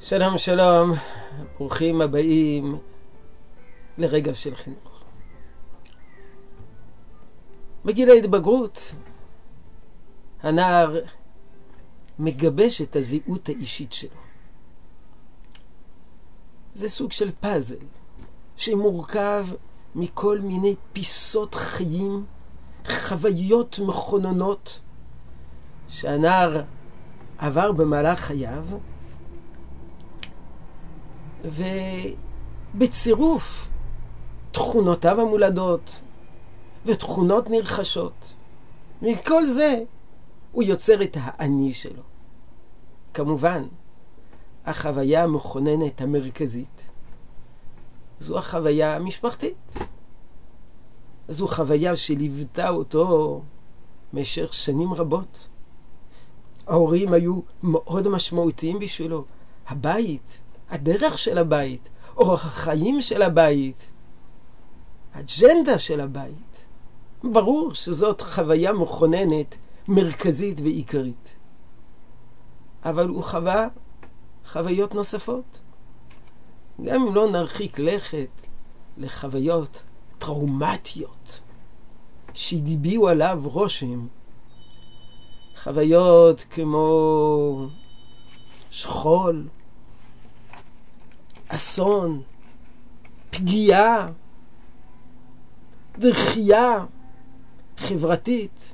שלום שלום, ברוכים הבאים לרגע של חינוך. בגיל ההתבגרות הנער מגבש את הזהות האישית שלו. זה סוג של פאזל שמורכב מכל מיני פיסות חיים, חוויות מכוננות שהנער עבר במהלך חייו, ובצירוף תכונותיו המולדות ותכונות נרכשות, מכל זה הוא יוצר את האני שלו. כמובן, החוויה המכוננת המרכזית זו החוויה המשפחתית. זו חוויה שליוותה אותו במשך שנים רבות. ההורים היו מאוד משמעותיים בשבילו. הבית, הדרך של הבית, אורח החיים של הבית, האג'נדה של הבית. ברור שזאת חוויה מכוננת, מרכזית ועיקרית. אבל הוא חווה חוויות נוספות. גם אם לא נרחיק לכת לחוויות טראומטיות שהדביעו עליו רושם, חוויות כמו שכול, אסון, פגיעה, דחייה חברתית,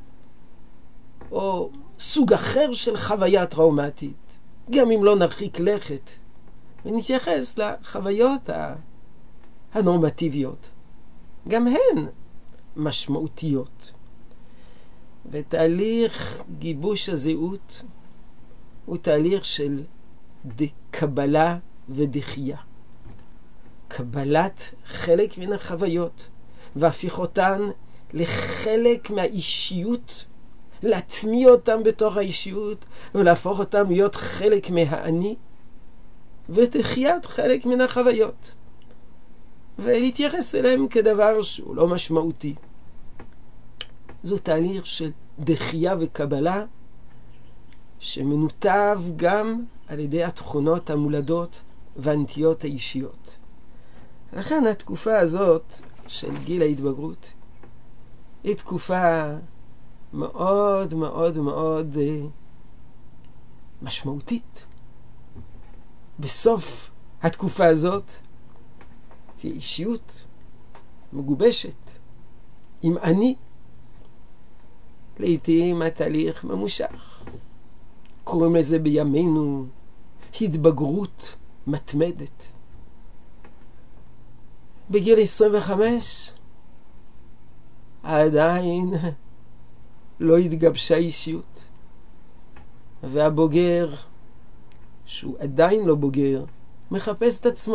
או סוג אחר של חוויה טראומטית, גם אם לא נרחיק לכת ונתייחס לחוויות הנורמטיביות, גם הן משמעותיות. ותהליך גיבוש הזהות הוא תהליך של קבלה ודחייה. קבלת חלק מן החוויות והפיכותן לחלק מהאישיות, להטמיע אותם בתוך האישיות ולהפוך אותם להיות חלק מהאני, ודחיית חלק מן החוויות ולהתייחס אליהם כדבר שהוא לא משמעותי. זו תהליך של דחייה וקבלה שמנותב גם על ידי התכונות המולדות והנטיות האישיות. לכן התקופה הזאת של גיל ההתבגרות היא תקופה מאוד מאוד מאוד משמעותית. בסוף התקופה הזאת תהיה אישיות מגובשת עם אני. לעתים התהליך ממושך. קוראים לזה בימינו התבגרות מתמדת. בגיל 25 עדיין לא התגבשה אישיות, והבוגר שהוא עדיין לא בוגר מחפש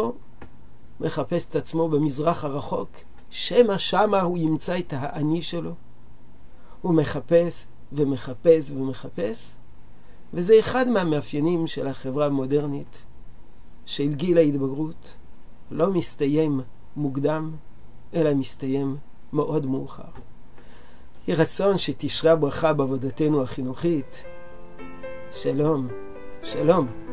את עצמו במזרח הרחוק, שמה הוא ימצא את האני שלו. הוא מחפש ומחפש ומחפש, וזה אחד מהמאפיינים של החברה המודרנית, של גיל ההתבגרות לא מסתיים מוקדם, אלא מסתיים מאוד מאוחר. יהי רצון שתשרה ברכה בעבודתנו החינוכית. שלום, שלום.